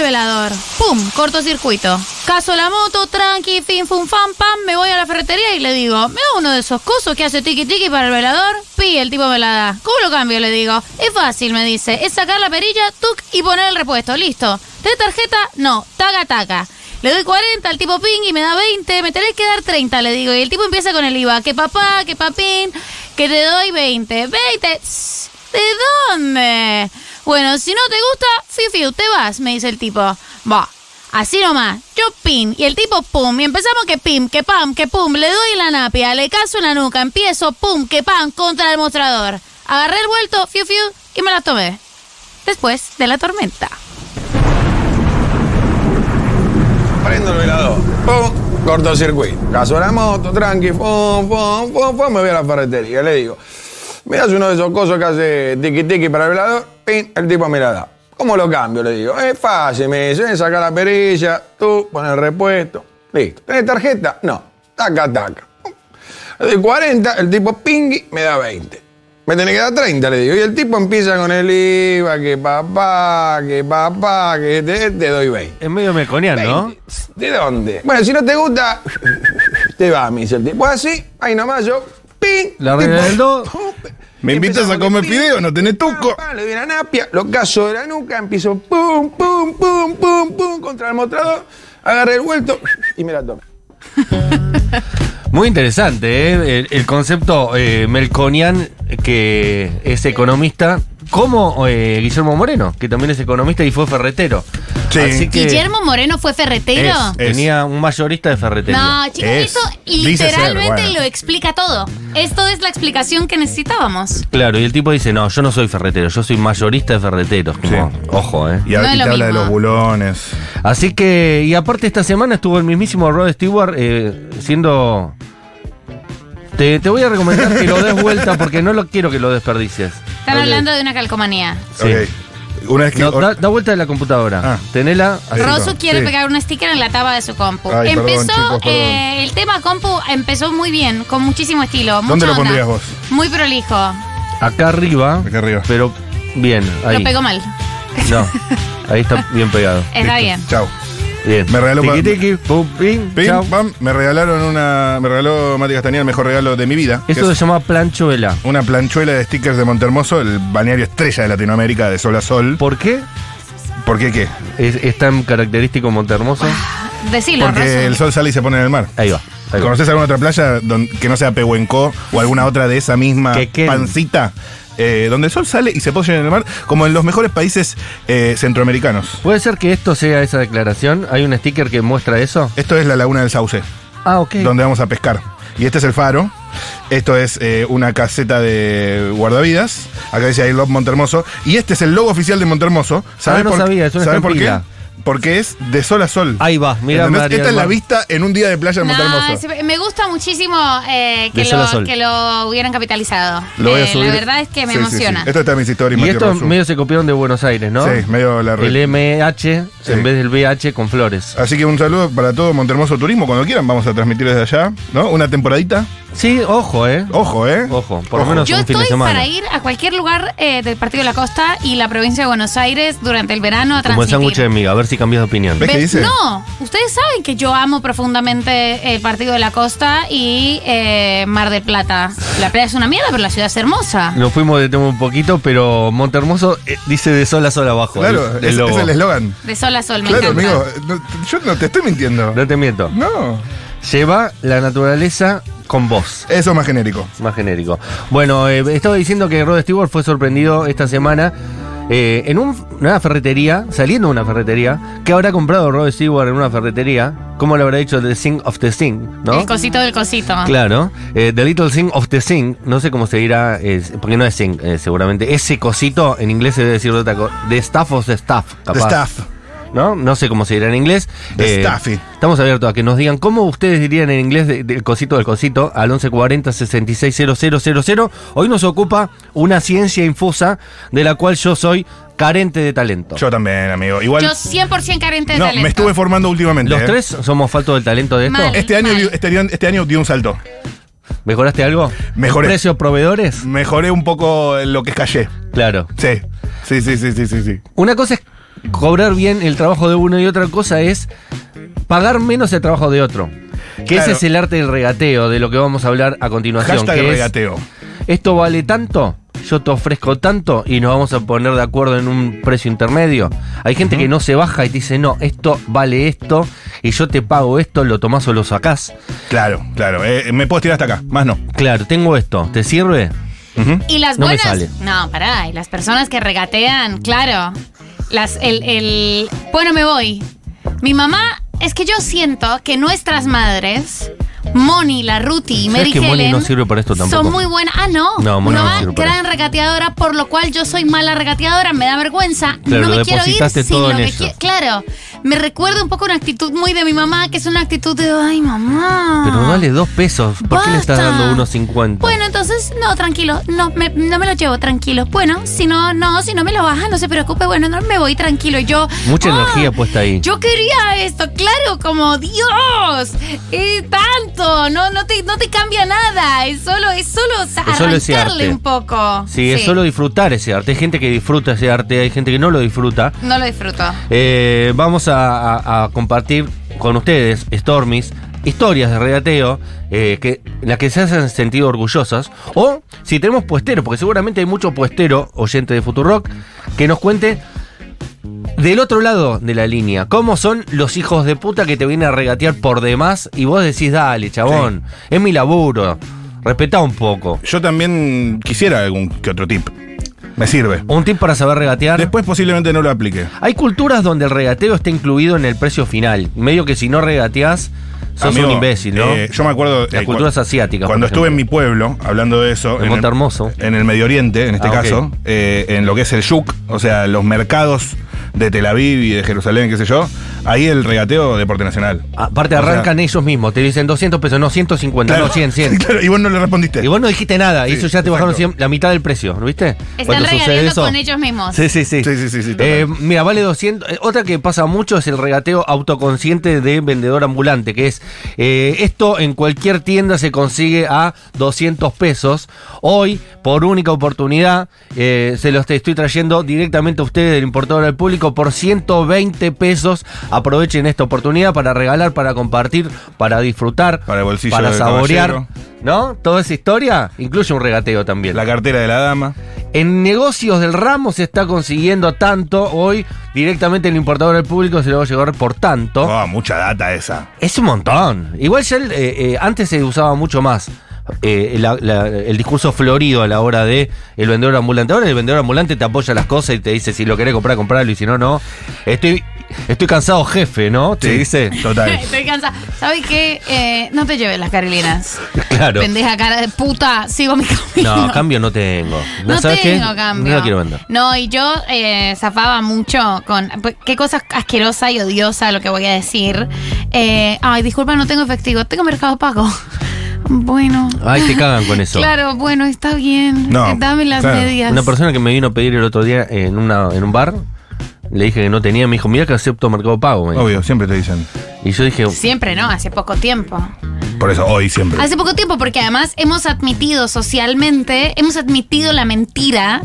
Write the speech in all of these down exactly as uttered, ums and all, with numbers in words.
velador. ¡Pum! Cortocircuito. Caso la moto, tranqui, fin, fum, fam, pam. Me voy a la ferretería y le digo, ¿me da uno de esos cosos que hace tiki tiki para el velador? Pi, el tipo me la da. ¿Cómo lo cambio? Le digo. Es fácil, me dice. Es sacar la perilla, tuc, y poner el repuesto. Listo. ¿Tenés tarjeta? No. Taca, taca. Le doy cuarenta, el tipo ping y me da veinte. Me tenés que dar treinta, le digo. Y el tipo empieza con el I V A. Que papá, que papín, que te doy veinte. veinte. ¿De dónde? Bueno, si no te gusta, fiu, fiu, te vas, me dice el tipo. Va, así nomás. Yo pin, y el tipo pum. Y empezamos que pim, que pam, que pum. Le doy la napia, le caso en la nuca. Empiezo pum, que pam, contra el mostrador. Agarré el vuelto, fiu, fiu, y me la tomé. Después de la tormenta. Prendo el velador. Pum, cortocircuito. Caso la moto, tranqui, pum, pum, pum, pum. Me voy a la ferretería. Le digo, ¿me das uno de esos cosos que hace tiki tiki para el velador? Pin, el tipo me la da. ¿Cómo lo cambio? Le digo. Es fácil, me dice. Sacar la perilla, tú, poner el repuesto. Listo. ¿Tenés tarjeta? No. Taca, taca. Le doy cuarenta, el tipo pingui, me da veinte. Me tenés que dar treinta, le digo. Y el tipo empieza con el I V A, que papá, que papá, que te, te doy veinte. Es medio melconiano, ¿no? ¿De dónde? Bueno, si no te gusta, te va, me dice el tipo. Así, ahí nomás yo, ping. La regla del do. ¿Me invitas a comer fideo? ¿No tenés tuco? Pa, pa, le doy la napia, lo caso de la nuca, empiezo pum, pum, pum, pum, pum, contra el mostrador, agarré el vuelto y me la tomé. Muy interesante, ¿eh? El, el concepto eh, melconian, que es economista, como eh, Guillermo Moreno, que también es economista y fue ferretero. Sí. Así que ¿Guillermo Moreno fue ferretero? es, tenía un mayorista de ferretería. No, chicos, Es. esto Dice ser, literalmente bueno. lo explica todo. Esto es la explicación que necesitábamos. Claro, y el tipo dice, no, yo no soy ferretero, yo soy mayorista de ferreteros. Como, Sí. ojo, ¿eh? Y, a- No es y lo te habla de mismo. los bulones. Así que, y aparte esta semana estuvo el mismísimo Rod Stewart eh, siendo... Te, te voy a recomendar que lo des vuelta porque no lo quiero que lo desperdicies. Están hablando de una calcomanía. Sí. Ok. Una vez que. No, da, da vuelta de la computadora. Ah. Tenela. así. Rosu quiere Sí. pegar un sticker en la tapa de su compu. Ay, perdón, empezó, chicos, perdón. eh, el tema compu empezó muy bien, con muchísimo estilo. ¿Dónde mucha lo onda. pondrías vos? Muy prolijo. Acá arriba. Acá arriba. Pero bien, ahí. Lo pegó mal. No, ahí está bien pegado. Está Listo. bien. Chau. Bien. Me regaló Tiki pa- tiki, pum, pim, Pim, chau. pam, me regalaron una. Me regaló Mati Castañeda el mejor regalo de mi vida. que Eso se es llama planchuela. una planchuela de stickers de Montermoso, el balneario estrella de Latinoamérica, de sol a sol. ¿Por qué ¿Por qué qué? es, es tan característico Montehermoso? Decilo, Porque Rosu. el sol sale y se pone en el mar. Ahí va. Ahí va. ¿Conoces alguna otra playa don- que no sea Pehuenco o alguna otra de esa misma Quequén. pancita? Eh, donde el sol sale y se pone en el mar, como en los mejores países eh, centroamericanos. ¿Puede ser que esto sea esa declaración? ¿Hay un sticker que muestra eso? Esto es la laguna del Sauce, Ah, ok. donde vamos a pescar. Y este es el faro. Esto es eh, una caseta de guardavidas. Acá dice I Love Montermoso. Y este es el logo oficial de Montermoso. Ah, no por, sabía, es una ¿sabes por qué? estampilla. Porque es de sol a sol. Ahí va, mira, ¿Entendés? María Esta del es la Mar. vista en un día de playa de No, Montermoso. ese- me gusta muchísimo eh, que, De sol a lo, sol. que lo hubieran capitalizado. Lo voy a Eh, subir. La verdad es que me Sí, sí, emociona. sí. Esto está en mis stories, Y Mati esto Rosu. medio se copiaron de Buenos Aires, ¿no? Sí, medio la red. El M H Sí. en vez del B H con flores. Así que un saludo para todo Montermoso Turismo. Cuando quieran vamos a transmitir desde allá, ¿no? Una temporadita. Sí, ojo, ¿eh? Ojo, ¿eh? Ojo, por lo Ojo. menos Yo un fin de estoy semana. para ir a cualquier lugar eh, del Partido de la Costa y la provincia de Buenos Aires durante el verano a Como el transmitir. sándwich de miga, a ver si cambias de opinión. ¿Ves qué Ve- dice? No, ustedes saben que yo amo profundamente el Partido de la Costa y eh, Mar del Plata. La playa es una mierda, pero la ciudad es hermosa. Nos fuimos de tema un poquito, pero Montehermoso eh, dice de sol a sol abajo. Claro, el- del es, logo. es el eslogan. De sol a sol, me Claro, encanta. amigo. no- yo no te estoy mintiendo. No te miento. No. Lleva la naturaleza con vos. Eso es más genérico. Más genérico. Bueno, eh, estaba diciendo que Rod Stewart fue sorprendido esta semana eh, en un- una ferretería, saliendo de una ferretería, que habrá comprado Rod Stewart en una ferretería. ¿Cómo le habrá dicho? The Thing of the Thing, ¿no? El cosito del cosito. Claro, eh, The Little Thing of the Thing, no sé cómo se dirá, eh, porque no es thing, eh, seguramente. Ese cosito en inglés se debe decir de otra cosa. The Stuff of the Stuff, The capaz. staff. ¿No? No sé cómo se dirá en inglés. The Stuffy. Estamos abiertos a que nos digan cómo ustedes dirían en inglés de- del cosito del cosito al once cuarenta, sesenta y seis cero cero cero cero. Hoy nos ocupa una ciencia infusa de la cual yo soy carente de talento. Yo también, amigo. Igual. Yo cien por ciento carente de no, talento. me estuve formando últimamente. ¿Los ¿eh? tres somos faltos del talento de esto? Mal. Este año, Mal. dio- este, año, este año dio un salto. ¿Mejoraste algo? Mejoré. ¿Precios proveedores? Mejoré un poco lo que es calle. Claro. Sí. Sí, sí, sí, sí, sí, sí. Una cosa es cobrar bien el trabajo de uno, y otra cosa es pagar menos el trabajo de otro. Que Claro. ese es el arte del regateo, de lo que vamos a hablar a continuación. Hashtag que es, regateo. esto vale tanto, yo te ofrezco tanto y nos vamos a poner de acuerdo en un precio intermedio. Hay gente Ujú. que no se baja y te dice, no, esto vale esto y yo te pago esto, lo tomás o lo sacás. Claro, claro. Eh, me puedo tirar hasta acá, más no. Claro, tengo esto, ¿te sirve? Ujú. Y las No me buenas. sale. No, pará. Y las personas que regatean, claro. Las, el, el. Bueno, me voy. Mi mamá, es que yo siento que nuestras madres, Moni, la Ruti y Mary ¿Sabes que Moni Helen, no sirve para esto tampoco? son muy buenas. Ah, no. No, Moni Mi no mamá, sirve para gran regateadora, por lo cual yo soy mala regateadora, me da vergüenza. Claro, no lo me quiero ir depositaste sin todo lo en que ellos. qui- Claro, me recuerda un poco una actitud muy de mi mamá, que es una actitud de, ay, mamá. Pero vale dos pesos, ¿por qué le estás Basta. dando unos cincuenta? Bueno, entonces, no, tranquilo, no me, no me lo llevo tranquilo. Bueno, si no, no, si no me lo baja, no se preocupe, bueno, no me voy tranquilo. Y yo. Mucha ah, energía puesta ahí. Yo quería esto, claro, como Dios. Eh, tanto, no, no te, no te cambia nada. Es solo, es solo Es solo ese arrancarle arte. un poco. Sí, es solo disfrutar ese arte. Hay gente que disfruta ese arte, hay gente que no lo disfruta. No lo disfruto. Eh, vamos a, a- a compartir con ustedes, Stormies, historias de regateo eh, que, en las que se hacen sentido orgullosas. O si tenemos puestero, porque seguramente hay mucho puestero, oyente de Futurock, que nos cuente del otro lado de la línea, cómo son los hijos de puta que te vienen a regatear por demás y vos decís, dale, chabón, es mi laburo, respetá un poco. Yo también quisiera algún que otro tip. Me sirve. Un tip para saber regatear. Después posiblemente no lo aplique. Hay culturas donde el regateo está incluido en el precio final. Medio que si no regateás, sos Amigo, un imbécil, ¿no? eh, yo me acuerdo. Las eh, culturas cu- asiáticas. Cuando por estuve en mi ejemplo. pueblo, hablando de eso. En Monte Hermoso. En el Medio Oriente, en este Ah, caso. ok. eh, en lo que es el Yuk, o sea, los mercados de Tel Aviv y de Jerusalén, qué sé yo. Ahí el regateo deporte nacional. Aparte O sea, arrancan ellos mismos, te dicen doscientos pesos, no, ciento cincuenta, claro, no, cien, cien. claro, y vos no le respondiste. Y vos no dijiste nada, y Sí, eso ya te bajaron exacto. cien la mitad del precio, ¿no viste? Están Cuando sucede regateando eso. con ellos mismos. Sí, sí, sí. Sí, sí, sí, sí, total. Eh, mira, vale doscientos. eh, Otra que pasa mucho es el regateo autoconsciente de vendedor ambulante, que es eh, esto en cualquier tienda se consigue a doscientos pesos. Hoy, por única oportunidad, eh, se los te estoy trayendo directamente a ustedes del importador al público por ciento veinte pesos. Aprovechen esta oportunidad para regalar, para compartir, para disfrutar, Para el bolsillo para del saborear. caballero. ¿No? Toda esa historia incluye un regateo también. La cartera de la dama. En negocios del ramo se está consiguiendo tanto. Hoy directamente el importador al público se lo va a llevar por tanto. Oh, mucha data esa. Es un montón. Igual ya el, eh, eh, antes se usaba mucho más eh, la- la- el discurso florido a la hora de el vendedor ambulante. Ahora el vendedor ambulante te apoya las cosas y te dice si lo querés comprar, comprarlo y si no, no. Estoy, estoy cansado, jefe, ¿no? Te Sí, dice. Total. Estoy cansada. ¿Sabes qué? Eh, no te lleves las carilinas. Claro. Pendeja cara de puta, sigo mi camino. No, cambio no tengo. No ¿Sabes tengo qué? cambio. No lo quiero vender. No, y yo eh, zafaba mucho con. Qué cosa asquerosa y odiosa lo que voy a decir. Eh, ay, disculpa, no tengo efectivo. Tengo Mercado Pago. Bueno. Ay, te cagan con eso. Claro, bueno, está bien. No, Eh, Dame las claro. medias. Una persona que me vino a pedir el otro día en, una, en un bar, le dije que no tenía, me dijo, mira que acepto Mercado Pago. me dijo. Obvio, siempre te dicen. Y yo dije, Siempre, ¿no? Hace poco tiempo. Por eso, hoy siempre. Hace poco tiempo, porque además hemos admitido socialmente, hemos admitido la mentira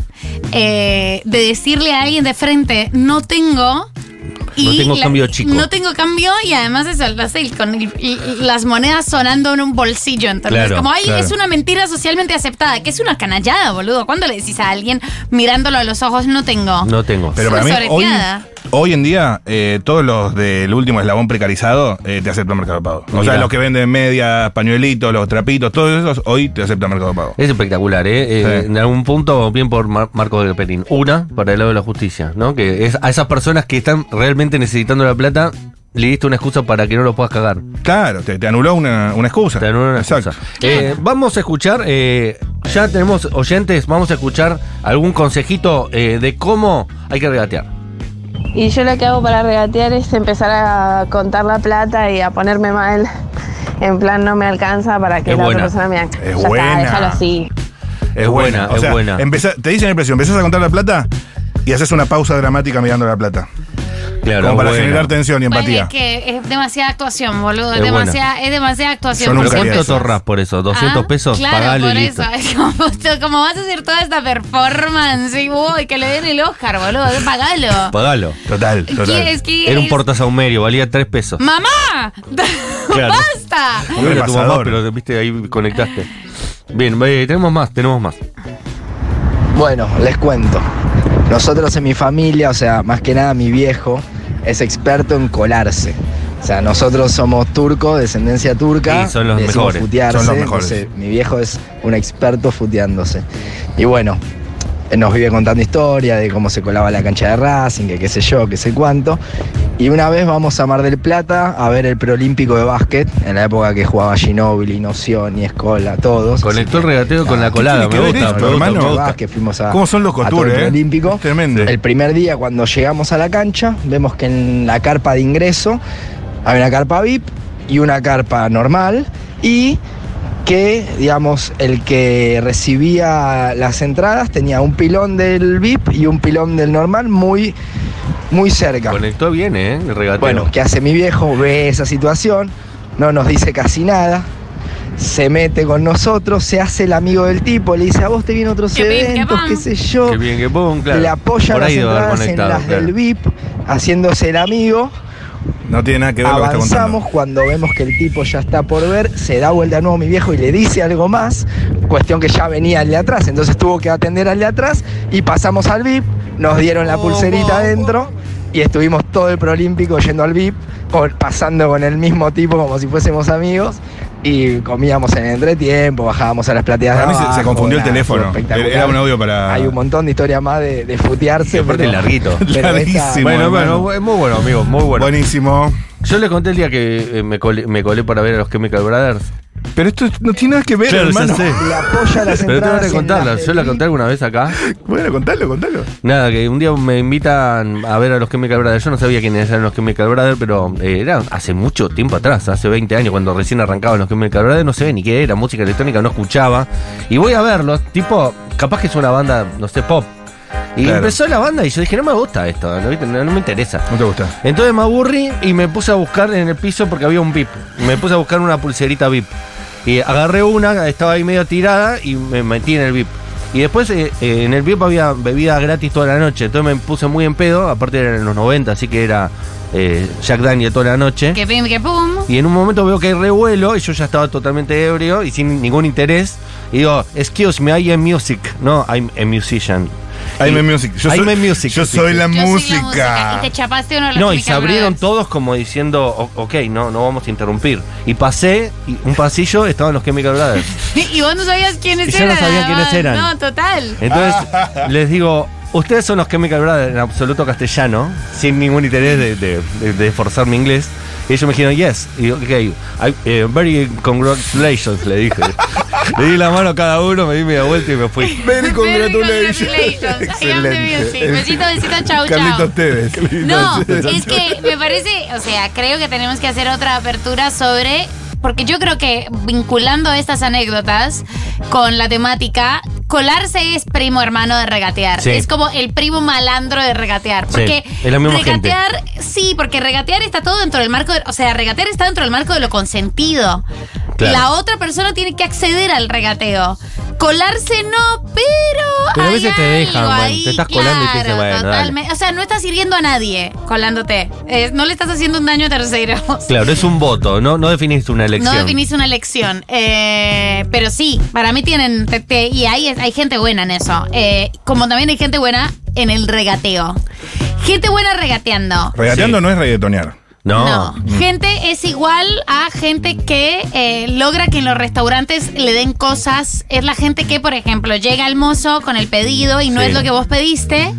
eh, de decirle a alguien de frente, no tengo. No tengo cambio chico. No tengo cambio y además eso, lo sé, con el- y- las monedas sonando en un bolsillo. Entonces, Claro, como ahí claro. es una mentira socialmente aceptada, que es una canallada, boludo. ¿Cuándo le decís a alguien mirándolo a los ojos, no tengo? no tengo. Pero Es para mí, una hoy, soreteada. hoy en día, eh, todos los del último eslabón precarizado eh, te aceptan Mercado Pago. O Mirá. sea, los que venden medias, pañuelitos, los trapitos, todos esos, hoy te aceptan Mercado Pago. Es espectacular, ¿eh? Eh, Sí. En algún punto, bien por Mar- Marco de Perín. Una, para el lado de la justicia, ¿no? Que es a esas personas que están realmente necesitando la plata, le diste una excusa para que no lo puedas cagar. Claro, te, te anuló una, una excusa. Te anuló una Exacto. excusa. Eh, vamos a escuchar, eh, ya tenemos oyentes, vamos a escuchar algún consejito eh, de cómo hay que regatear. Y yo lo que hago para regatear es empezar a contar la plata y a ponerme mal. En plan, no me alcanza para que Es la buena. otra persona me haga. Es Ya buena. está, déjalo así. Es buena, O es sea, buena. empezá- te dicen el precio, empezás a contar la plata y haces una pausa dramática mirando la plata. Claro, como para buena. generar tensión y empatía. Es que es demasiada actuación, boludo. Es, Es buena. demasiada, es demasiada actuación. Yo por nunca ¿Pero haría cien cuánto pesos. torras por eso? ¿doscientos Ah, pesos? Claro, Pagalo por y eso. listo. Es como, como vas a hacer toda esta performance y, wow, y que le den el Oscar, boludo. Pagalo. Pagalo. Total, total. Es que Era un es- portasaumerio, valía tres pesos. ¡Mamá! Claro. ¡Basta! Un No era tu mamá, repasador. pero viste, ahí conectaste. Bien, eh, tenemos más, tenemos más. Bueno, les cuento. Nosotros en mi familia, o sea, más que nada mi viejo, es experto en colarse. O sea, nosotros somos turcos, descendencia turca. Sí, son los decimos mejores. futearse, Son los mejores. entonces, mi viejo es un experto futeándose. Y bueno, él nos vive contando historia de cómo se colaba la cancha de Racing, que qué sé yo, qué sé cuánto. Y una vez vamos a Mar del Plata a ver el preolímpico de básquet, en la época que jugaba Ginóbili, Nocioni, Escola, todos. Conectó el Así que, regateo con nada, la colada, me tiene que ver gusta, esto, me gusta, hermano? me gusta. básquet, fuimos a, ¿Cómo son los a todo el cotures, eh? preolímpico. Tremendo. El primer día cuando llegamos a la cancha, vemos que en la carpa de ingreso hay una carpa V I P y una carpa normal y que, digamos, el que recibía las entradas tenía un pilón del V I P y un pilón del normal muy, muy cerca. Conectó bien, ¿eh? El regateo. Bueno, ¿qué hace mi viejo? Ve esa situación, no nos dice casi nada, se mete con nosotros, se hace el amigo del tipo, le dice, a vos te vienen otros Qué bien, qué eventos, pam. qué sé yo. Qué bien que pum, claro. Le apoya Por las ahí debe haber entradas en conectado, las claro. del V I P, haciéndose el amigo. No tiene nada que ver lo que está Avanzamos contando. cuando vemos que el tipo ya está por ver, se da vuelta de nuevo mi viejo y le dice algo más, cuestión que ya venía el de atrás, entonces tuvo que atender al de atrás y pasamos al V I P, nos dieron la pulserita adentro y estuvimos todo el preolímpico yendo al V I P, con- pasando con el mismo tipo como si fuésemos amigos y comíamos en el entretiempo, bajábamos a las plateadas. Para mí de se- se abajo, confundió el nada, teléfono. fue espectacular. Era un audio para- Hay un montón de historias más de, de futearse. Y aparte pero- larguito. pero esta- Larguísimo. Bueno, hermano. bueno, es muy bueno, amigo, muy bueno. Buenísimo. Yo les conté el día que eh, me, colé, me colé para ver a los Chemical Brothers. Pero esto no tiene nada que ver, Claro, hermano. ya sé. Le apoya las Pero tengo entradas. que en contarla. las Yo del la V I P. conté alguna vez acá. Bueno, contalo, contalo. Nada, que un día me invitan a ver a los Chemical Brothers. Yo no sabía quiénes eran los Chemical Brothers, pero eh, era hace mucho tiempo atrás, hace veinte años, cuando recién arrancaban los Chemical Brothers. No sé ni qué era, música electrónica, no escuchaba. Y voy a verlos, tipo, capaz que es una banda, no sé, pop. Y Claro. empezó la banda y yo dije, no me gusta esto, no, ¿viste? no, no me interesa. ¿No te gusta? Entonces me aburrí y me puse a buscar en el piso porque había un V I P. Me puse a buscar una pulserita V I P. Y agarré una, estaba ahí medio tirada y me metí en el V I P. Y después eh, eh, en el V I P había bebida gratis toda la noche. Entonces me puse muy en pedo, aparte eran en los noventa, así que era eh, Jack Daniel toda la noche. Que pim, que pum. Y en un momento veo que hay revuelo y yo ya estaba totalmente ebrio y sin ningún interés. Y digo, excuse me, I am music. No, I'm a musician. I'm Y- a music. Yo I'm soy, a music. Yo soy la Yo soy la música. Y te chapaste uno de los No, y Chemical se abrieron Brothers. todos como diciendo, "O- ok, no, no vamos a interrumpir. Y pasé, y un pasillo, estaban los Chemical Brothers. Y vos no sabías quiénes Y yo eran. no sabía quiénes además. eran. No, total. Entonces les digo, ustedes son los Chemical Brothers en absoluto castellano, sin ningún interés de, de, de- de forzar mi inglés. Y ellos me dijeron, yes. Y yo, ok, I- eh, very congratulations, le dije. Le di la mano a cada uno, me di media vuelta y me fui. Very Very congratulations. congratulations. I am the music. Besito, besito, chau, chau. Carlitos Tevez. No, es que me parece, o sea, creo que tenemos que hacer otra apertura sobre, porque yo creo que vinculando estas anécdotas con la temática, colarse es primo hermano de regatear. Sí. Es como el primo malandro de regatear. Porque es la misma gente. regatear, sí, porque regatear está todo dentro del marco, de- o sea, regatear está dentro del marco de lo consentido. Claro. La otra persona tiene que acceder al regateo. Colarse no, pero. Pero a hay veces te dejan, algo bueno, ahí, te estás colando y te dicen, claro, bueno, dale. totalmente. O sea, no estás sirviendo a nadie colándote. Eh, no le estás haciendo un daño a terceros. Claro, es un voto, no, no definiste una elección. No definís una elección. Eh, pero sí, para mí tienen. te- te- y hay, hay gente buena en eso. Eh, como también hay gente buena en el regateo. Gente buena regateando. Regateando Sí. no es reggaetonear. No. No, gente es igual a gente que eh, logra que en los restaurantes le den cosas. Es la gente que, por ejemplo, llega el mozo con el pedido y no Sí. es lo que vos pediste.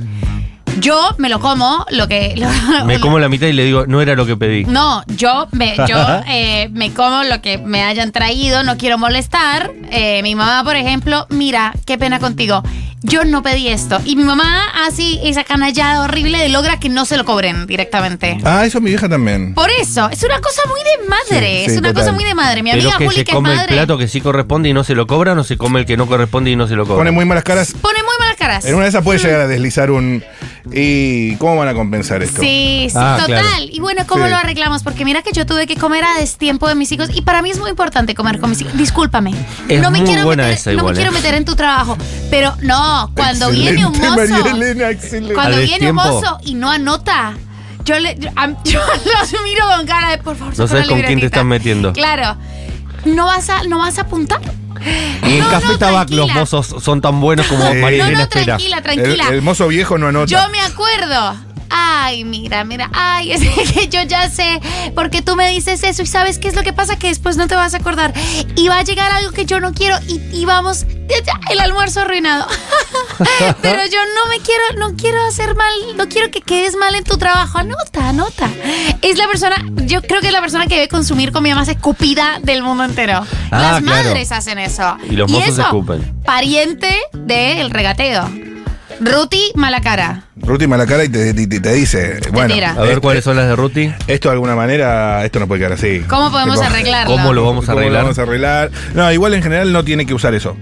Yo me lo como, lo que... lo- Me como la mitad y le digo, no era lo que pedí. No, yo me, yo, eh, me como lo que me hayan traído, no quiero molestar. Eh, mi mamá, por ejemplo, mira, qué pena contigo. Yo no pedí esto. Y mi mamá así, esa canallada horrible, logra que no se lo cobren directamente. Ah, eso mi vieja también. Por eso, es una cosa muy de madre. Sí, sí, es una total. cosa muy de madre. Mi Pero amiga que Juli, se que es come el madre, plato que sí corresponde y no se lo cobran, o se come el que no corresponde y no se lo cobran. Pone muy malas caras. pone muy malas caras. En una de esas puede llegar a deslizar un. ¿Y cómo van a compensar esto? Sí, sí, Ah, total. claro. Y bueno, ¿cómo Sí. lo arreglamos? Porque mira que yo tuve que comer a destiempo de mis hijos y para mí es muy importante comer con mis hijos. Discúlpame. Es no me muy quiero buena meter, esa no igual, me quiero eh. meter en tu trabajo. Pero no, cuando viene un Excelente, mozo. María Elena, excelente. Cuando A viene un destiempo. mozo y no anota. Yo, le, yo, a- yo los miro con cara de por favor. No saca sabes la con quién te libretita. están metiendo. Claro. ¿No vas a, no vas a apuntar? Y en No, Café no, Tabac los tranquila. mozos son tan buenos como Sí. María No, Elena no, espera. tranquila, El, tranquila. el mozo viejo no anota. Yo me acuerdo. Ay, mira, mira. Ay, es que yo ya sé. Porque tú me dices eso y sabes qué es lo que pasa, que después no te vas a acordar. Y va a llegar algo que yo no quiero y, y vamos, el almuerzo arruinado. Pero yo no me quiero, no quiero hacer mal, no quiero que quedes mal en tu trabajo. Anota, anota. Es la persona, yo creo que es la persona que debe consumir comida más escupida del mundo entero. Ah, Las claro. madres hacen eso. Y los mozos eso, escupen. pariente del regateo. Ruti, mala cara. Ruti Malacara y te, te- te dice, bueno, tira. A ver eh, cuáles son las de Ruti. esto de alguna manera, esto no puede quedar así. ¿Cómo podemos Tipo, arreglarlo? ¿Cómo lo vamos a ¿Cómo lo arreglar? vamos a arreglar? No, igual en general no tiene que usar eso.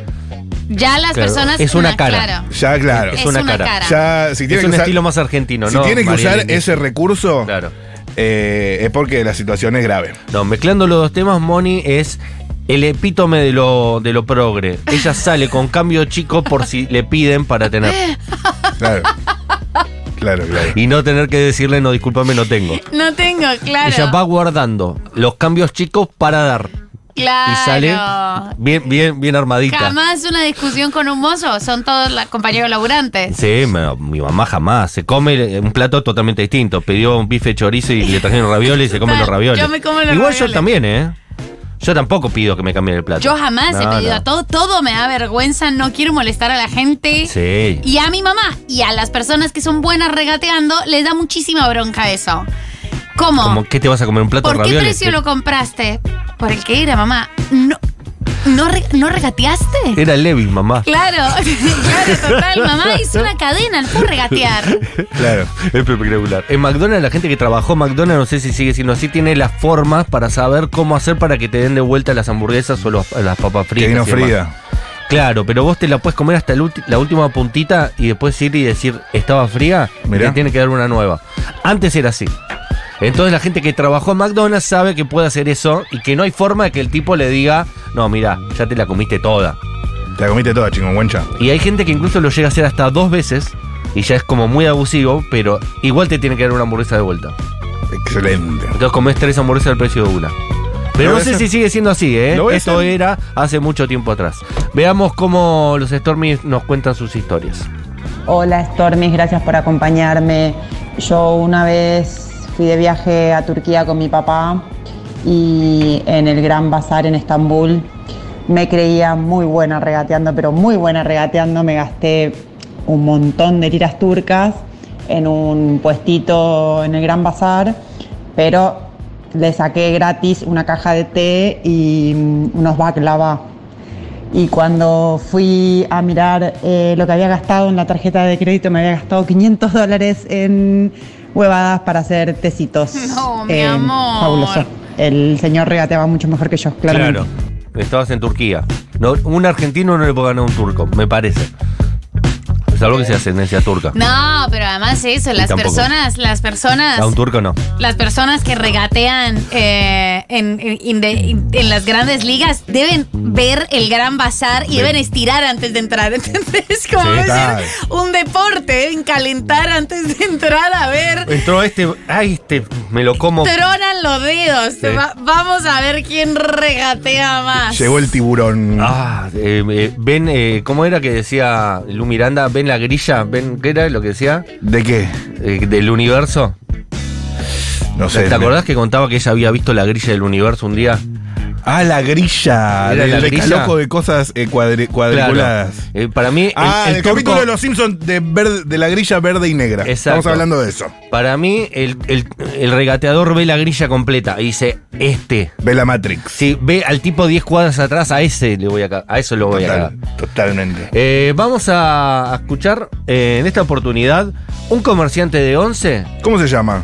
Ya las Claro, personas. es una ah, cara. claro. Ya, claro. Es Es una una cara. cara. Ya, si tiene Es que un usar, estilo más argentino, si ¿no? tiene que María usar Elena? ese recurso, Claro. eh, es porque la situación es grave. No, mezclando los dos temas, Moni es el epítome de lo, de lo progre. Ella sale con cambio chico por si le piden para tener. Claro. Claro, claro. Y no tener que decirle, no, discúlpame, no tengo. No tengo, claro. Ella va guardando los cambios chicos para dar. Claro. Y sale bien, bien, bien armadita. Jamás una discusión con un mozo. Son todos la- compañeros laburantes. Sí, me- mi mamá jamás. Se come un plato totalmente distinto. Pidió un bife chorizo y le trajeron ravioles y se come Total, los ravioles. yo me como los Igual ravioles. yo también, ¿eh? Yo tampoco pido que me cambien el plato. Yo jamás he No, pedido no. a todo. Todo me da vergüenza. No quiero molestar a la gente. Sí. Y a mi mamá y a las personas que son buenas regateando les da muchísima bronca eso. ¿Cómo? Como, ¿qué te vas a comer? ¿Un plato de ¿Por qué ravioles? precio lo compraste? Por el que era, mamá. No, no, re- ¿no regateaste? Era Levi, mamá. Claro, claro, total. Mamá hizo una cadena, no puedo regatear. Claro. Es espectacular. En McDonald's, la gente que trabajó en McDonald's, no sé si sigue siendo así, tiene las formas para saber cómo hacer para que te den de vuelta las hamburguesas o los- las papas Que fritas. vino y demás. fría. Claro, pero vos te la puedes comer hasta el ulti- la última puntita y después ir y decir, estaba fría, y Mirá. te tiene que dar una nueva. Antes era así. Entonces la gente que trabajó en McDonald's sabe que puede hacer eso y que no hay forma de que el tipo le diga, no, mira, ya te la comiste toda. Te la comiste toda, chingüengüencha. Y hay gente que incluso lo llega a hacer hasta dos veces y ya es como muy abusivo, pero igual te tiene que dar una hamburguesa de vuelta. Excelente. Entonces comés tres hamburguesas al precio de una. Pero Lo no voy a sé hacer. si sigue siendo así, ¿eh? Lo voy a Esto hacer. era hace mucho tiempo atrás. Veamos cómo los Stormies nos cuentan sus historias. Hola Stormis, gracias por acompañarme. Yo una vez fui de viaje a Turquía con mi papá y en el Gran Bazar en Estambul me creía muy buena regateando, pero muy buena regateando. Me gasté un montón de liras turcas en un puestito en el Gran Bazar, pero le saqué gratis una caja de té y mm, unos baklava. Y cuando fui a mirar eh, lo que había gastado en la tarjeta de crédito, me había gastado quinientos dólares en huevadas para hacer tecitos. No, mi Eh, amor. Fabuloso. El señor regateaba mucho mejor que yo, claramente. Claro. Estabas en Turquía. No, un argentino no le puede ganar a un turco, me parece. Es algo que se hace en ascendencia turca. No, pero además eso, las tampoco. personas, las personas, A un turco no. las personas que regatean eh, en, en- en de- en las grandes ligas deben ver el Gran Bazar y Sí. deben estirar antes de entrar. ¿Entendés? Como Sí, debe tal. ser un deporte, deben calentar antes de entrar a ver. Entró este, ay, este, me lo como. Tronan los dedos. Sí. Va- vamos a ver quién regatea más. Llegó el tiburón. Ah, eh, eh, ven, eh, ¿cómo era que decía Lu Miranda? ¿Ven la grilla? ¿Ven qué era lo que decía? ¿De qué? Eh, del universo. No sé. ¿Te acordás que contaba que ella había visto la grilla del universo un día? Ah, la grilla. ¿Era El la grilla? decalojo de cosas eh, cuadri- cuadriculadas. Claro. Eh, para mí, el, Ah, el, el capítulo turco- de los Simpsons de, verde- de la grilla verde y negra. Exacto. Estamos hablando de eso. Para mí, el, el- el regateador ve la grilla completa y dice, este. Ve la Matrix. Si ve al tipo diez cuadras atrás, a ese le voy a ca- a eso lo voy a cagar. Total, totalmente. Eh, vamos a, a escuchar eh, en esta oportunidad un comerciante de once, ¿Cómo se llama?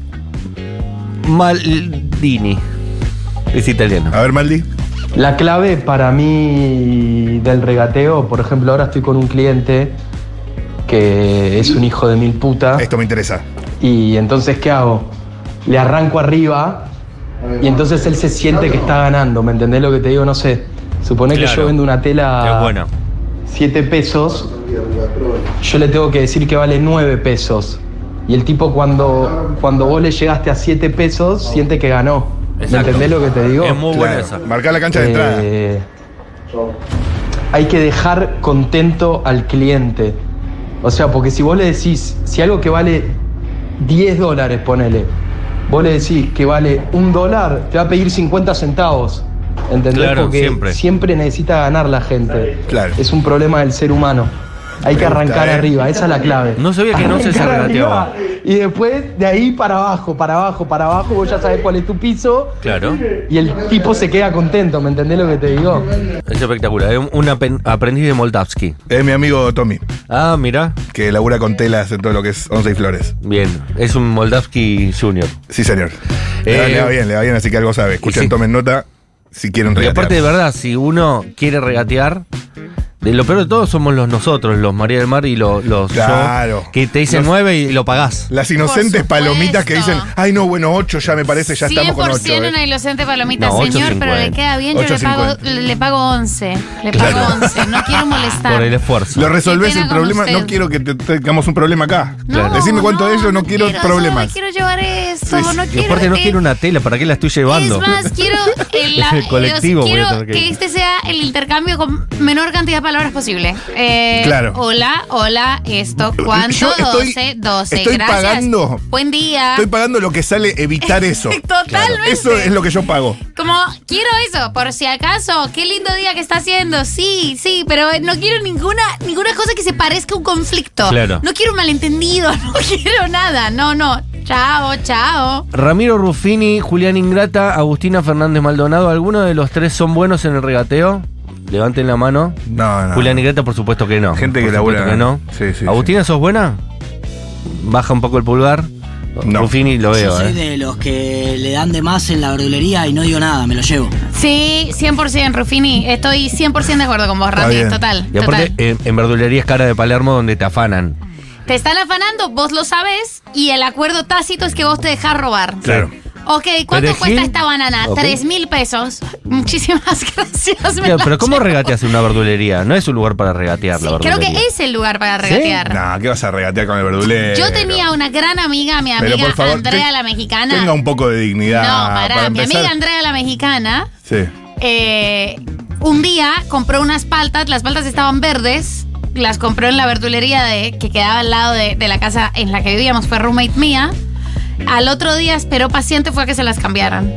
Maldini. Es italiano. A ver, Maldi. La clave para mí del regateo, por ejemplo, ahora estoy con un cliente que es un hijo de mil puta. Esto me interesa. Y entonces, ¿qué hago? Le arranco arriba y entonces él se siente que está ganando, ¿me entendés lo que te digo? No sé, supone Claro. que yo vendo una Es tela bueno. siete pesos, yo le tengo que decir que vale nueve pesos. Y el tipo cuando, cuando vos le llegaste a siete pesos, siente que ganó. Exacto. ¿Me entendés lo que te digo? Es muy buena Claro. esa. Marcar la cancha de entrada. Eh, hay que dejar contento al cliente. O sea, porque si vos le decís, si algo que vale diez dólares, ponele, vos le decís que vale un dólar, te va a pedir cincuenta centavos. ¿Entendés? Claro, porque siempre. siempre necesita ganar la gente. Claro. Es un problema del ser humano. Hay que Me gusta, arrancar ¿eh? arriba, esa es la clave. No sabía que no se Arrancar regateaba. arriba, y después de ahí para abajo, para abajo, para abajo, vos ya sabés cuál es tu piso. Claro. Y el tipo se queda contento, ¿me entendés lo que te digo? Es espectacular. Es un, un apen- aprendiz de Moldavsky. Es mi amigo Tommy, Ah, mira. que labura con telas en todo lo que es once y flores. Bien. Es un Moldavsky Junior. Sí, señor. Le, va, Eh, le va bien, le va bien, así que algo sabe. Escuchen, sí. tomen nota si quieren Y regatear. aparte, de verdad, si uno quiere regatear, de lo peor de todo somos los nosotros, los María del Mar y los, los Claro. yo, que te dicen Los- nueve y lo pagás. Las inocentes Por palomitas que supuesto. dicen, ay no, bueno, ocho ya me parece, ya estamos con ocho. cien por ciento ¿eh? una inocente palomita, No, ocho señor, pero le cincuenta. queda bien, yo ocho le pago, cincuenta. le pago once. Le pago Claro. once, no quiero molestar. Por el esfuerzo. Lo resolvés Qué pena el con problema, usted. no quiero que te- tengamos un problema acá. Claro. Decime cuánto es eso, no quiero problemas. No quiero llevar esto, Sí, sí. no Y quiero. aparte no eh, quiero una tela, ¿para qué la estoy llevando? Es más, quiero el, la- El colectivo los- voy a quiero tener que que, ir. este sea el intercambio con menor cantidad de palabras posible. Eh, Claro. Hola, hola, esto, ¿cuánto? Yo estoy- doce, doce, estoy gracias. pagando- Buen día. Estoy pagando lo que sale evitar eso. Totalmente. Eso es lo que yo pago. Como, quiero eso, por si acaso, qué lindo día que está haciendo. Sí, sí, pero no quiero ninguna, ninguna cosa que se parezca a un conflicto. Claro. No quiero un malentendido, no quiero nada. No, no. Chao, chao. Ramiro Ruffini, Julián Ingrata, Agustina Fernández Maldonado, ¿alguno de los tres son buenos en el regateo? Levanten la mano. No, no. Julián Ingrata, por supuesto que no. Gente Por que supuesto labura- que no. Sí, sí, Agustina, ¿sos buena? Baja un poco el pulgar. No. Ruffini lo veo, Yo soy eh. de los que le dan de más en la verdulería y no digo nada, me lo llevo. Sí, cien por ciento, Rufini. Estoy cien por ciento de acuerdo con vos, Está Randy. bien. Total, Y aparte, total. en, en verdulerías cara de Palermo donde te afanan. Te están afanando, vos lo sabés, y el acuerdo tácito es que vos te dejás robar. Claro. Ok, ¿cuánto Perejil. cuesta esta banana? Ok. Tres mil pesos. Muchísimas gracias. me Mira, la pero ¿cómo llevo. regateas en una verdulería? No es un lugar para regatear Sí, la creo verdulería. que es el lugar para regatear. No, ¿qué vas a regatear con el verdulero? Yo tenía una gran amiga, mi Pero, amiga por favor, Andrea ten- la mexicana. Tenga un poco de dignidad. No, pará, para mi empezar. amiga Andrea la mexicana. Sí. eh, un día compró unas paltas, las paltas estaban verdes, las compró en la verdulería de, que quedaba al lado de, de la casa en la que vivíamos, fue roommate mía. Al otro día esperó paciente, fue a que se las cambiaran.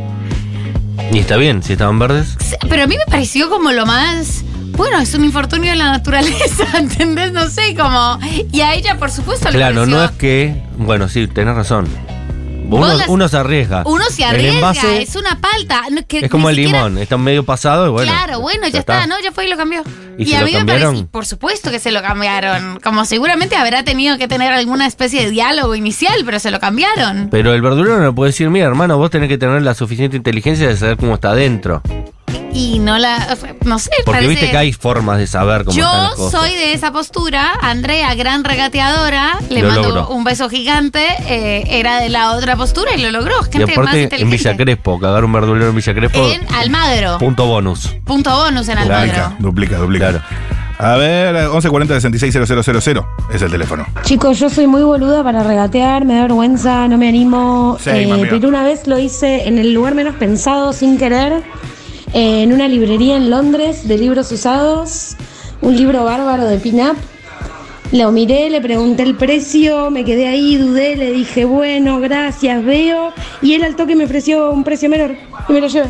Y está bien, si estaban verdes. Pero a mí me pareció como lo más... Bueno, es un infortunio de la naturaleza, ¿entendés? No sé, como... Y a ella, por supuesto, le Claro, pareció... no es que. Bueno, sí, tenés razón. Vos Uno, las- uno se arriesga. Uno se El arriesga, envase es una palta. no, que es como ni el siquiera- limón, está medio pasado y bueno. Claro, bueno, ya, está. ¿no? Ya fue y lo cambió. ¿Y se a lo mí me cambiaron? parece, por supuesto que se lo cambiaron. Como seguramente habrá tenido que tener alguna especie de diálogo inicial, pero se lo cambiaron. Pero el verdulero no le puede decir, mira, hermano, vos tenés que tener la suficiente inteligencia de saber cómo está adentro. Y no la. No sé, Porque parece- viste que hay formas de saber cómo están las Yo cosas. soy de esa postura. Andrea, gran regateadora, le Lo mando logró. un beso gigante. eh, era de la otra postura y lo logró. Gente Y más aparte, inteligente. en Villa Crespo, cagar un verdulero en Villa Crespo, En Almagro. punto bonus. Punto bonus en Almagro. Duplica, duplica, duplica. Claro. A ver, once cuarenta sesenta y seis cero cero cero cero es el teléfono. Chicos, yo soy muy boluda para regatear, me da vergüenza, no me animo. Sí, Eh, mami. pero una vez lo hice en el lugar menos pensado, sin querer, eh, en una librería en Londres de libros usados, un libro bárbaro de pin-up. Lo miré, le pregunté el precio, me quedé ahí, dudé, le dije, bueno, gracias, veo. Y él al toque me ofreció un precio menor y me lo llevé.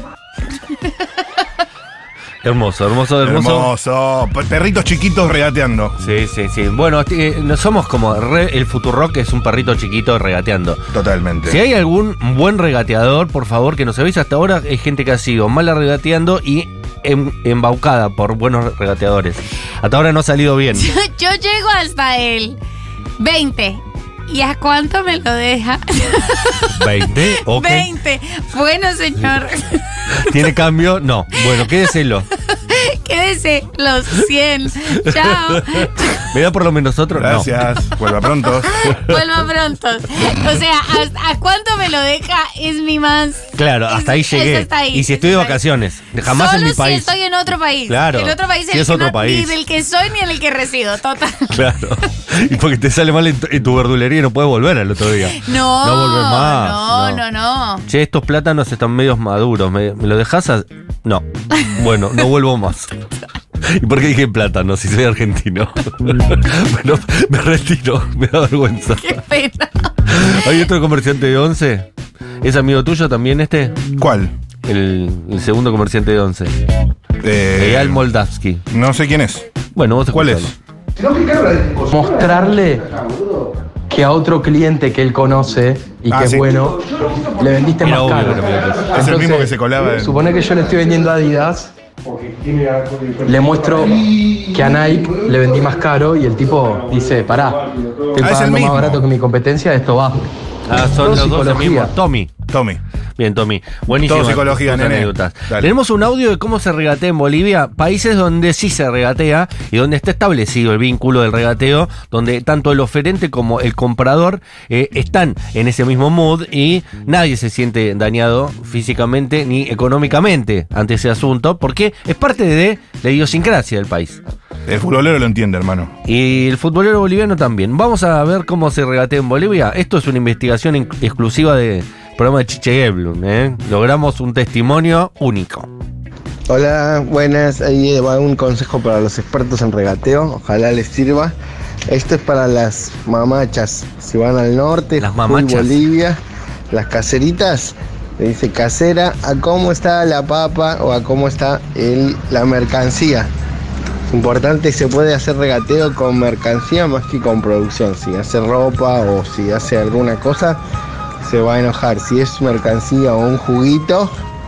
Hermoso, hermoso, hermoso. Hermoso. P- Perritos chiquitos regateando. Sí, sí, sí. Bueno, eh, no somos como re- el Futurock, que es un perrito chiquito regateando. Totalmente. Si hay algún buen regateador, por favor, que nos avise. Hasta ahora hay gente que ha sido mala regateando y em- embaucada por buenos regateadores. Hasta ahora no ha salido bien. Yo, yo llego hasta el veinte. ¿Y a cuánto me lo deja? ¿veinte? Ok. veinte. Bueno, señor. ¿Tiene cambio? No. Bueno, quédeselo. Quédese los cien. Chao. ¿Me da por lo menos otro? Gracias. No. Vuelva pronto. Vuelva pronto. O sea, ¿a, a cuánto me lo deja? Es mi más. Claro, hasta ahí es, llegué. es hasta ahí, y si estoy de vacaciones, jamás Solo en mi país. si estoy en otro país. Claro. El otro país Si el es que otro no- país. ni del que soy ni en el que resido, total. Claro. Y porque te sale mal en tu, en tu verdulería y no puedes volver al otro día. No, No volver más. no, no, no. Che, estos plátanos están medios maduros. ¿Me, me lo dejas? A... No. Bueno, no vuelvo más. ¿Y por qué dije plátano si soy argentino? Bueno, me retiro. Me da vergüenza. Qué pena. ¿Hay otro comerciante de once? ¿Es amigo tuyo también este? ¿Cuál? El, el segundo comerciante de once. Eh, Eyal Moldavsky. No sé quién es. Bueno, vos ¿Cuál escuchalo. es? Mostrarle que a otro cliente que él conoce y Ah, que sí. es bueno, le vendiste Era más obvio caro. que era obvio. Es el mismo que se colaba en- Supone que yo le estoy vendiendo a Adidas, le muestro que a Nike le vendí más caro y el tipo dice, pará, estoy Ah, es el pagando más mismo. barato que mi competencia, esto va. Ah, son Todo los dos el psicología. mismo. Tommy. Tommy. Bien, Tommy. Buenísimo. Todo psicología, nene. anécdotas. Dale. Tenemos un audio de cómo se regatea en Bolivia, países donde sí se regatea y donde está establecido el vínculo del regateo, donde tanto el oferente como el comprador eh, están en ese mismo mood y nadie se siente dañado físicamente ni económicamente ante ese asunto, porque es parte de la idiosincrasia del país. El futbolero lo entiende, hermano. Y el futbolero boliviano también. Vamos a ver cómo se regatea en Bolivia. Esto es una investigación in- exclusiva del programa de Chiche Geblum, ¿eh? Logramos un testimonio único. Hola, buenas. Ahí va un consejo para los expertos en regateo. Ojalá les sirva. Esto es para las mamachas. Si van al norte, Las Jujuy, mamachas. Bolivia, las caseritas, le dice casera a cómo está la papa o a cómo está el, la mercancía. Importante, se puede hacer regateo con mercancía más que con producción. Si hace ropa o si hace alguna cosa, se va a enojar. Si es mercancía o un juguito,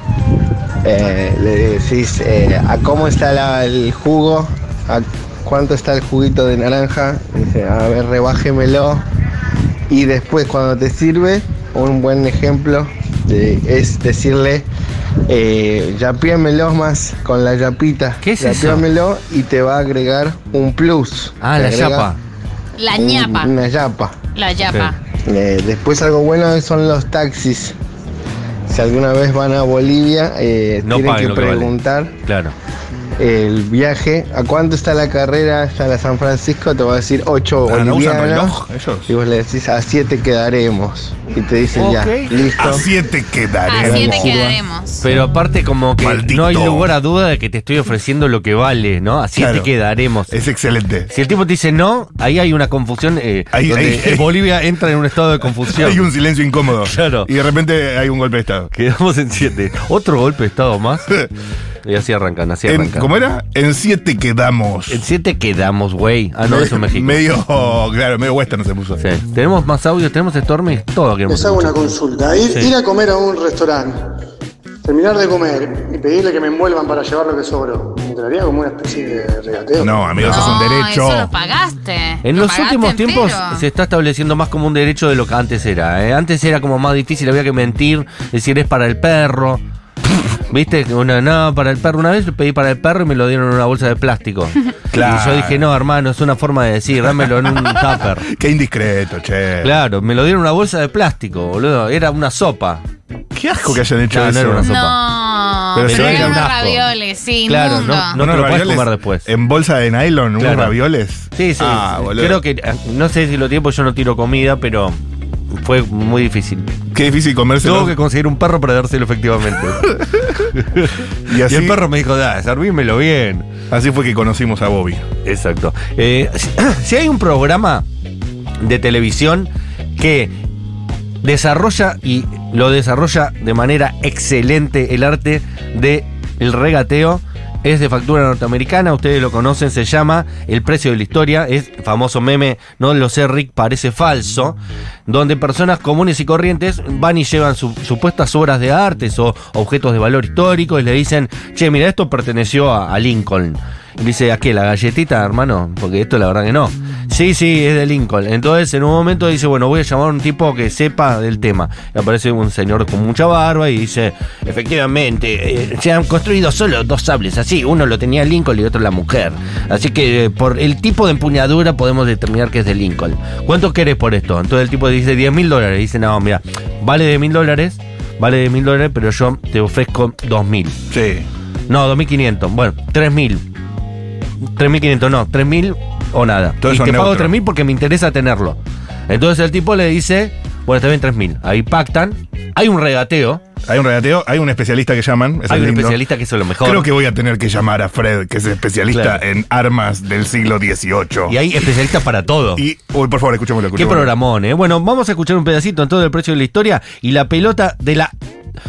eh, le decís eh, a cómo está la- el jugo, a cuánto está el juguito de naranja. Dice, a ver, rebájemelo. Y después, cuando te sirve, un buen ejemplo de- es decirle, eh, yapíamelo más con la yapita. ¿Qué es eso? Yapíamelo y te va a agregar un plus. Ah, Te la agrega yapa. La un- ñapa. Una yapa. La yapa. Eh, después algo bueno son los taxis. Si alguna vez van a Bolivia, eh, No tienen paguen que lo que vale. preguntar Claro. el viaje, a cuánto está la carrera hasta la San Francisco, te va a decir ocho Ah, ¿no usan bolivianos. reloj ellos? Y vos le decís a siete quedaremos. Y te dicen ya, Ok. listo. A siete quedaremos. Así te quedaremos. Pero aparte como que Maldito. no hay lugar a duda de que te estoy ofreciendo lo que vale, ¿no? Así Claro. te quedaremos. Es excelente. Si el tipo te dice no, ahí hay una confusión eh, Ahí- donde ahí- eh, Bolivia entra en un estado de confusión. Hay un silencio incómodo. Claro. Y de repente hay un golpe de estado. Quedamos en siete. Otro golpe de estado más. Y así arrancan, así En- arrancan. ¿Cómo era? En siete quedamos. En siete quedamos, güey. Ah, no, eso es México. Medio, claro, medio western se puso. Sí. Tenemos más audios, tenemos Stormy, todo queremos Les hago una escuchar. consulta. Ir, Sí. ir a comer a un restaurante, terminar de comer y pedirle que me envuelvan para llevar lo que sobró, ¿entraría como una especie de regateo? No, amigo, eso es un derecho. Eso lo pagaste. En Lo los pagaste últimos tiempos entero. se está estableciendo más como un derecho de lo que antes era. ¿eh? Antes era como más difícil, había que mentir, decir es para el perro. ¿Viste? Una, no, para el perro. Una vez pedí para el perro y me lo dieron en una bolsa de plástico. Claro. Y yo dije, no, hermano, es una forma de decir, dámelo en un tupper. Qué indiscreto, che. Claro, me lo dieron en una bolsa de plástico, boludo. Era una sopa. Qué asco que hayan hecho No, no eso. era una sopa. No, Pero pero sí, eran era un unos asco. ravioles, sí, Claro, inmundo. no- no- Unos te lo podés ravioles comer después. En bolsa de nylon, unos Claro. ravioles. Sí, sí. Ah, boludo. Creo que, eh, no sé si lo tiempo yo no tiro comida, pero fue muy difícil. Qué difícil comérselo. Tuve que conseguir un perro para dárselo efectivamente. Y así, Y el perro me dijo, da, servímelo bien. así fue que conocimos a Bobby. Exacto. Eh, si, si hay un programa de televisión que desarrolla y lo desarrolla de manera excelente el arte de el regateo, es de factura norteamericana, ustedes lo conocen, se llama El precio de la historia, es famoso meme, no lo sé Rick, parece falso, donde personas comunes y corrientes van y llevan su- supuestas obras de arte o objetos de valor histórico y le dicen, che, mira, esto perteneció a, a Lincoln. Y dice, ¿a qué? ¿La galletita, hermano? Porque esto la verdad que no. Sí, sí, es de Lincoln. Entonces, en un momento dice, bueno, voy a llamar a un tipo que sepa del tema. Y aparece un señor con mucha barba y dice, efectivamente, eh, se han construido solo dos sables así. Uno lo tenía Lincoln y otro la mujer. Así que eh, por el tipo de empuñadura podemos determinar que es de Lincoln. ¿Cuánto querés por esto? Entonces el tipo dice diez mil dólares. Dice, no, mira, vale de mil dólares, vale de mil dólares, pero yo te ofrezco dos mil. Sí. No, dos mil quinientos. Bueno, tres mil. tres mil quinientos, no, tres mil o nada. Todo y eso te neutro. pago tres mil porque me interesa tenerlo. Entonces el tipo le dice, bueno, está bien tres mil. Ahí pactan. Hay un regateo. Hay un regateo, hay un especialista que llaman. Hay un especialista que hizo lo mejor. Creo que voy a tener que llamar a Fred, que es especialista Claro. en armas del siglo dieciocho. Y hay especialistas para todo. Y, uy, por favor, escuchémoslo. Qué escuchémoslo. programón, ¿eh? Bueno, vamos a escuchar un pedacito en todo el precio de la historia y la pelota de la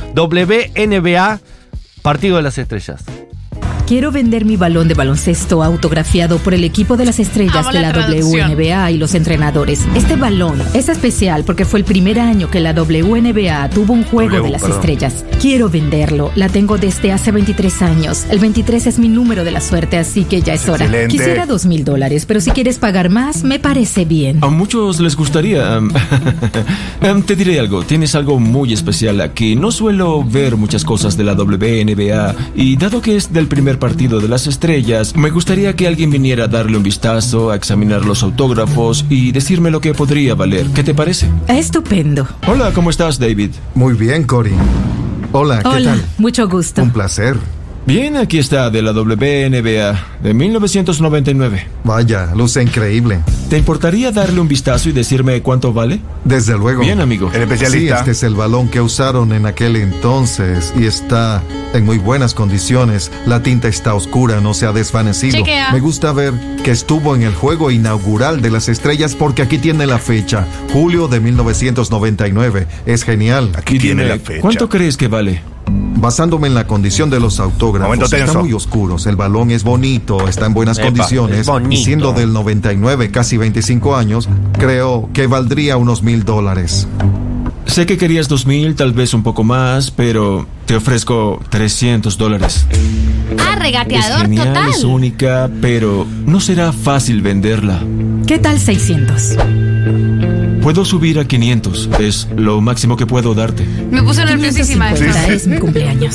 W N B A, Partido de las Estrellas. Quiero vender mi balón de baloncesto autografiado por el equipo de las estrellas Amo de la la traducción. W N B A y los entrenadores. Este balón es especial porque fue el primer año que la W N B A tuvo un juego W, de las perdón. estrellas. Quiero venderlo. La tengo desde hace veintitrés años. El veintitrés es mi número de la suerte, así que ya es hora. Excelente. Quisiera dos mil dólares, pero si quieres pagar más, me parece bien. A muchos les gustaría. um, um, te diré algo, tienes algo muy especial aquí. No suelo ver muchas cosas de la W N B A y dado que es del primer partido de las estrellas, me gustaría que alguien viniera a darle un vistazo, a examinar los autógrafos y decirme lo que podría valer. ¿Qué te parece? Estupendo. Hola, ¿cómo estás, David? Muy bien, Cory. Hola, ¿qué Hola, tal? mucho gusto. Un placer. Bien, aquí está, de la W N B A, de mil novecientos noventa y nueve. Vaya, luce increíble. ¿Te importaría darle un vistazo y decirme cuánto vale? Desde luego. Bien, amigo. El especialista. Sí, este es el balón que usaron en aquel entonces y está en muy buenas condiciones. La tinta está oscura, no se ha desvanecido. Chequea. Me gusta ver que estuvo en el juego inaugural de las estrellas porque aquí tiene la fecha, julio de mil novecientos noventa y nueve. Es genial. Aquí Y tiene dime, la fecha. ¿cuánto crees que vale? Basándome en la condición de los autógrafos, Momento tenso. están muy oscuros. El balón es bonito, está en buenas Epa, condiciones. es bonito. Y siendo del noventa y nueve, casi veinticinco años, creo que valdría unos mil dólares. Sé que querías dos mil, tal vez un poco más, pero te ofrezco trescientos dólares. Ah, Es regateador genial, total. es única, pero no será fácil venderla. ¿Qué tal seiscientos? Puedo subir a quinientos, es lo máximo que puedo darte. Me puso nerviosísima quinientos esta. cincuenta es mi cumpleaños.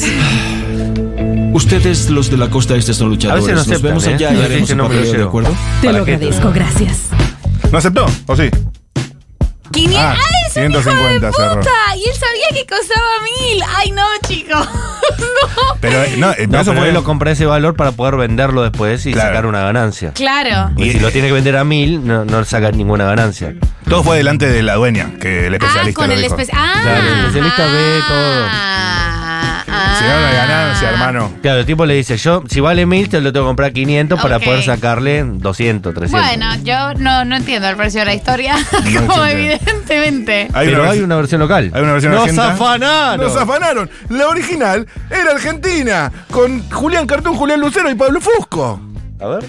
Ustedes, los de la costa este, son luchadores. A veces no Nos vemos aceptan, allá ¿eh? y No, haremos ese un no me lo papeleo, ¿de llevo. acuerdo? Te ¿Para lo qué? agradezco, gracias. ¿No aceptó? ¿O sí? quinientos. Ah, ¡Ay, es un hijo de ciento cincuenta cerró. puta! Y él sabía que costaba mil. ¡Ay, no, chicos! no. Pero, eh, no, eh, No, eso pero fue. él lo compra ese valor para poder venderlo después y Claro. sacar una ganancia. Claro. Y si lo tiene que vender a mil, no, no saca ninguna ganancia. Todo fue delante de la dueña, que el Ah, especialista con lo el dijo. especialista. Ah, Claro, el especialista ve todo. Ah, ah. Si no, no hay ganancia, hermano. Claro, el tipo le dice, yo, si vale mil, te lo tengo que comprar quinientos para Ok. poder sacarle doscientos, trescientos. Bueno, yo no, no entiendo el precio de la historia, No como se entiende. evidentemente. Hay Pero una hay versi- una versión local. Hay una versión ¡Nos argentina. afanaron! Nos afanaron. La original era argentina, con Julián Cartón, Julián Lucero y Pablo Fusco. A ver.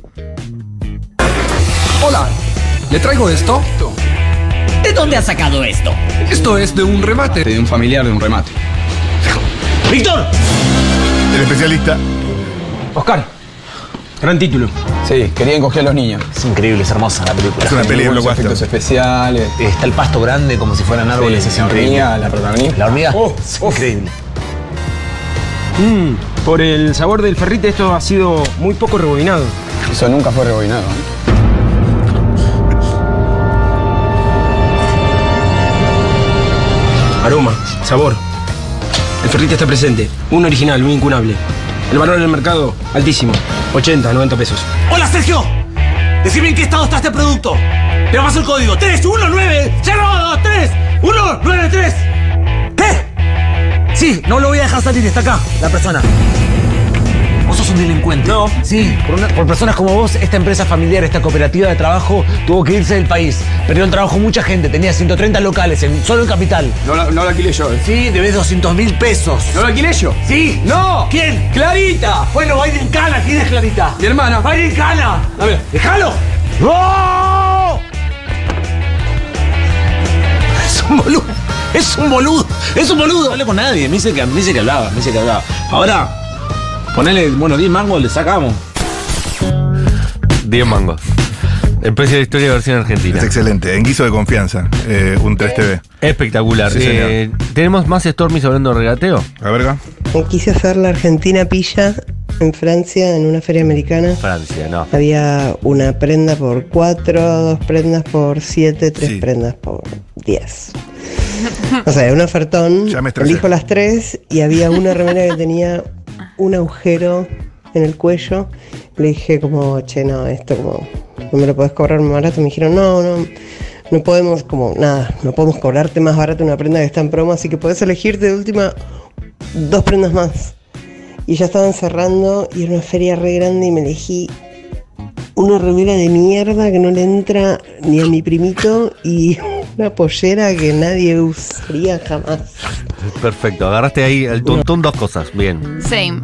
Hola, ¿le traigo esto? ¿De dónde has sacado esto? Esto es de un remate. De un familiar de un remate. ¡Víctor! El especialista. Oscar, gran título. Sí, querían coger a los niños. Es increíble, es hermosa la película. Es una peli de Buenos blockbuster. efectos especiales. Está el pasto grande como si fueran árboles. Sí, es la increíble. hormiga, la protagonista. La hormiga. Oh, es oh. increíble. Mm, por el sabor del ferrite esto ha sido muy poco rebobinado. Eso nunca fue rebobinado. ¿eh? Aroma, sabor. El ferrite está presente. Un original, un incunable. El valor en el mercado, altísimo. ochenta, noventa pesos. ¡Hola, Sergio! Decime en qué estado está este producto. Te paso el código. tres uno nueve cero dos tres uno nueve tres. ¿Qué? Sí, no lo voy a dejar salir. Está acá, la persona. Vos sos un delincuente. No. Sí. Por, una- por personas como vos, esta empresa familiar, esta cooperativa de trabajo, tuvo que irse del país. Perdió el trabajo mucha gente. Tenía ciento treinta locales, en, solo en Capital. No la, no la alquilé yo. ¿eh? Sí, debes doscientos mil pesos. ¿No la alquilé yo? Sí. ¡No! ¿Quién? ¡Clarita! Bueno, va a ir en cana. ¿Quién es Clarita? Mi hermana. ¡Va a ir en cana! A ver. ¡Déjalo! ¡No! Es un boludo. Es un boludo. Es un boludo. No hablé con nadie, me dice que, me dice que hablaba, me dice que hablaba. Ahora, ponele, bueno, diez mangos, le sacamos. diez mangos. El precio de la historia versión argentina. Es excelente. En guiso de confianza. Eh, un tres T V. Espectacular. Sí, eh, ¿Tenemos más Stormis hablando de regateo? A verga. Quise hacer la Argentina pilla en Francia, en una feria americana. Francia, no. Había una prenda por cuatro, dos prendas por siete, tres sí. prendas por diez. O sea, un ofertón. Elijo las tres y había una remera que tenía un agujero en el cuello. Le dije como, che, no, esto como, no me lo podés cobrar más barato. Me dijeron, no, no, no podemos, como, nada, no podemos cobrarte más barato una prenda que está en promo, así que podés elegirte de última dos prendas más. Y ya estaban cerrando y era una feria re grande y me elegí una remera de mierda que no le entra ni a mi primito y una pollera que nadie usaría jamás. Perfecto, agarraste ahí el tuntún, dos cosas, bien. Same.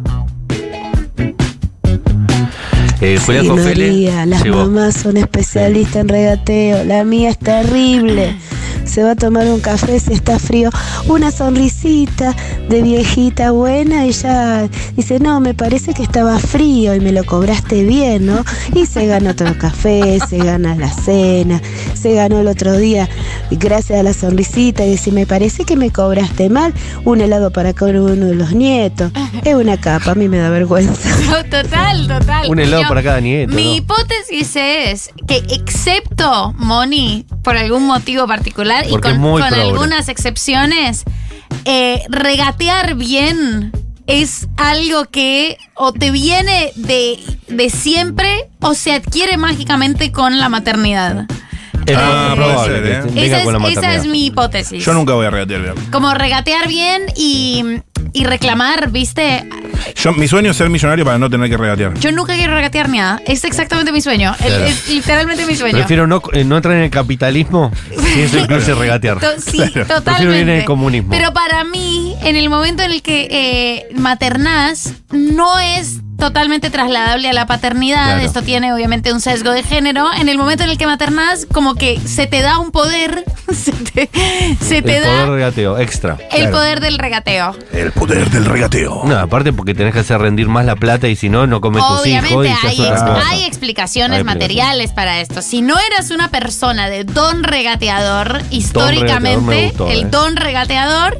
Eh, sí, María, las llegó. Mamás son especialistas en regateo. La mía es terrible. Se va a tomar un café si está frío. Una sonrisita de viejita buena y ya dice, no, me parece que estaba frío y me lo cobraste bien, ¿no? Y se gana otro café, se gana la cena, se ganó el otro día gracias a la sonrisita y dice, me parece que me cobraste mal, un helado para cada uno de los nietos. Es una capa, a mí me da vergüenza. No, total, total. Un helado Yo, para cada nieto. Mi ¿no? hipótesis es que excepto Moni, por algún motivo particular, porque y con, con progre. algunas excepciones, eh, regatear bien es algo que o te viene de, de siempre o se adquiere mágicamente con la maternidad. Es ah, muy probable ser, ¿eh? que venga Esa, con la es, maternidad. esa es mi hipótesis. Yo nunca voy a regatear bien. Como regatear bien y, y reclamar, ¿viste? Yo, mi sueño es ser millonario para no tener que regatear. Yo nunca quiero regatear nada. Es exactamente mi sueño. Claro. Es, es literalmente mi sueño. Prefiero no, eh, no entrar en el capitalismo si eso incluye regatear. To- sí, Claro. Prefiero totalmente. ir en el comunismo. Pero para mí, en el momento en el que eh, maternás, no es totalmente trasladable a la paternidad. Claro. Esto tiene obviamente un sesgo de género. En el momento en el que maternás, como que se te da un poder, se te, se te el da poder regateo, extra. el Claro. poder del regateo. El poder del regateo. No, aparte porque tenés que hacer rendir más la plata y si no, no comes tus hijos. Obviamente Y se hay, hace ex- otra cosa. hay explicaciones Hay materiales para esto. Si no eras una persona de don regateador, históricamente, regateador me gustó, el eh. don regateador,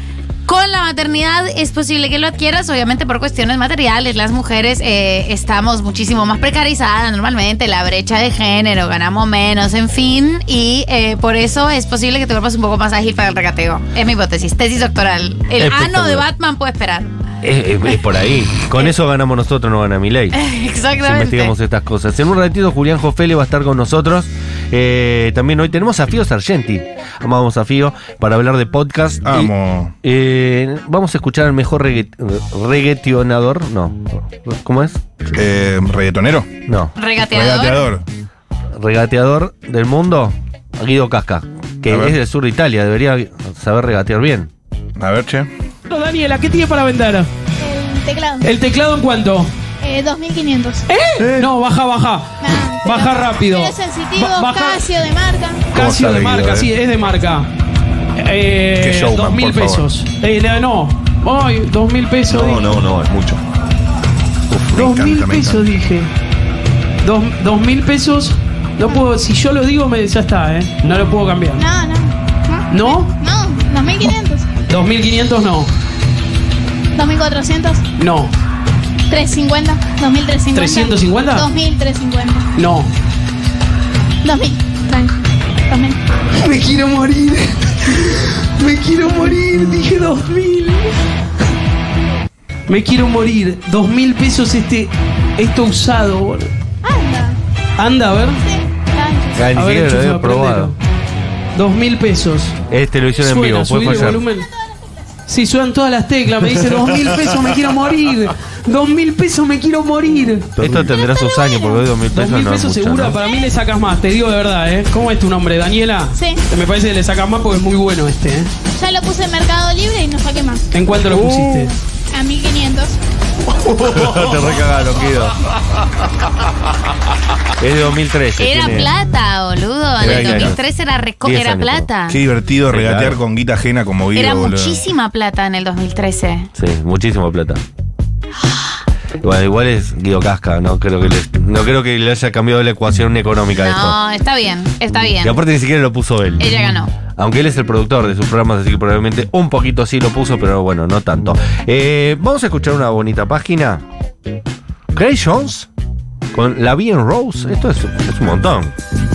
con la maternidad es posible que lo adquieras, obviamente por cuestiones materiales. Las mujeres eh, estamos muchísimo más precarizadas normalmente, la brecha de género, ganamos menos, en fin, y eh, por eso es posible que te vuelvas un poco más ágil para el regateo. Es mi hipótesis, tesis doctoral. El ano Espectacular. de Batman puede esperar. Es, es- es por ahí. Con eso ganamos nosotros, no gana Milei. Si Exactamente. investigamos estas cosas. En un ratito Julián Jofele va a estar con nosotros. Eh, también hoy tenemos a Fío Sargenti. Amamos a Fío para hablar de podcast. Amo. Y, eh, vamos a escuchar al mejor regga- reggaetonador. No. ¿Cómo es? Eh, ¿Reggaetonero? No. Regateador. Regateador. Regateador del mundo, Guido Casca. Que A ver. es del sur de Italia. Debería saber regatear bien. A ver, che. Daniela, ¿qué tiene para vender? El teclado. ¿El teclado en cuánto? Eh, dos mil quinientos. ¿Eh? No, baja, baja. Baja rápido. Pero es sensitivo, Ba- baja- Casio de marca. Casio de sabe, marca, Guido, eh? sí, es de marca. Eh, Qué showman, dos mil por favor. pesos. Eh, la- no. Ay, dos mil pesos. No, dije. no, no, es mucho. Uf, me Dos encanta, mil me pesos encanta. dije. Dos, dos mil pesos. No puedo, si yo lo digo, me, ya está, ¿eh? No lo puedo cambiar. No, no. ¿No? No, dos mil quinientos. dos mil quinientos no. dos mil cuatrocientos. No. trescientos cincuenta. dos mil trescientos cincuenta. ¿trescientos cincuenta? dos mil trescientos cincuenta. No. dos mil. Tranqui. dos mil. Me quiero morir. Me quiero morir. Dije dos mil. Me quiero morir. Dos mil pesos este. Esto usado, boludo. Anda. Anda, a ver. Sí, tranqui. Ah, ni A ver, siquiera lo enchufa, había probado. Dos mil pesos. Este lo hicieron en Suena, vivo, puede subile el fallar. volumen. Sí, suenan todas las teclas. Me dice dos mil pesos, me quiero morir. Dos mil pesos, me quiero morir. Esto tendrá sus años, porque hoy dos mil Dos pesos mil no es pesos mucho, segura, ¿no? para mí le sacas más, te digo de verdad, ¿eh? ¿Cómo es tu nombre, Daniela? Sí. Me parece que le sacas más porque es muy bueno este, ¿eh? Ya lo puse en Mercado Libre y no saqué más. ¿En cuánto lo pusiste? A mil quinientos. Te recagaron, Guido. Es de dos mil trece. Era tiene- plata, boludo. En Era el años. dos mil trece era, reco- Diez era años, plata. Qué divertido Sí, regatear claro. con guita ajena como Guido, Era boludo. muchísima plata en el dos mil trece. Sí, muchísima plata. Bueno, igual es Guido Casca, no creo que le, no creo que le haya cambiado la ecuación económica a esto. No, está bien, está bien. Y aparte ni siquiera lo puso él. Ella ganó. Aunque él es el productor de sus programas, así que probablemente un poquito sí lo puso, pero bueno, no tanto. Eh, vamos a escuchar una bonita página. Grace Jones con La Vie en Rose. Esto es, es un montón.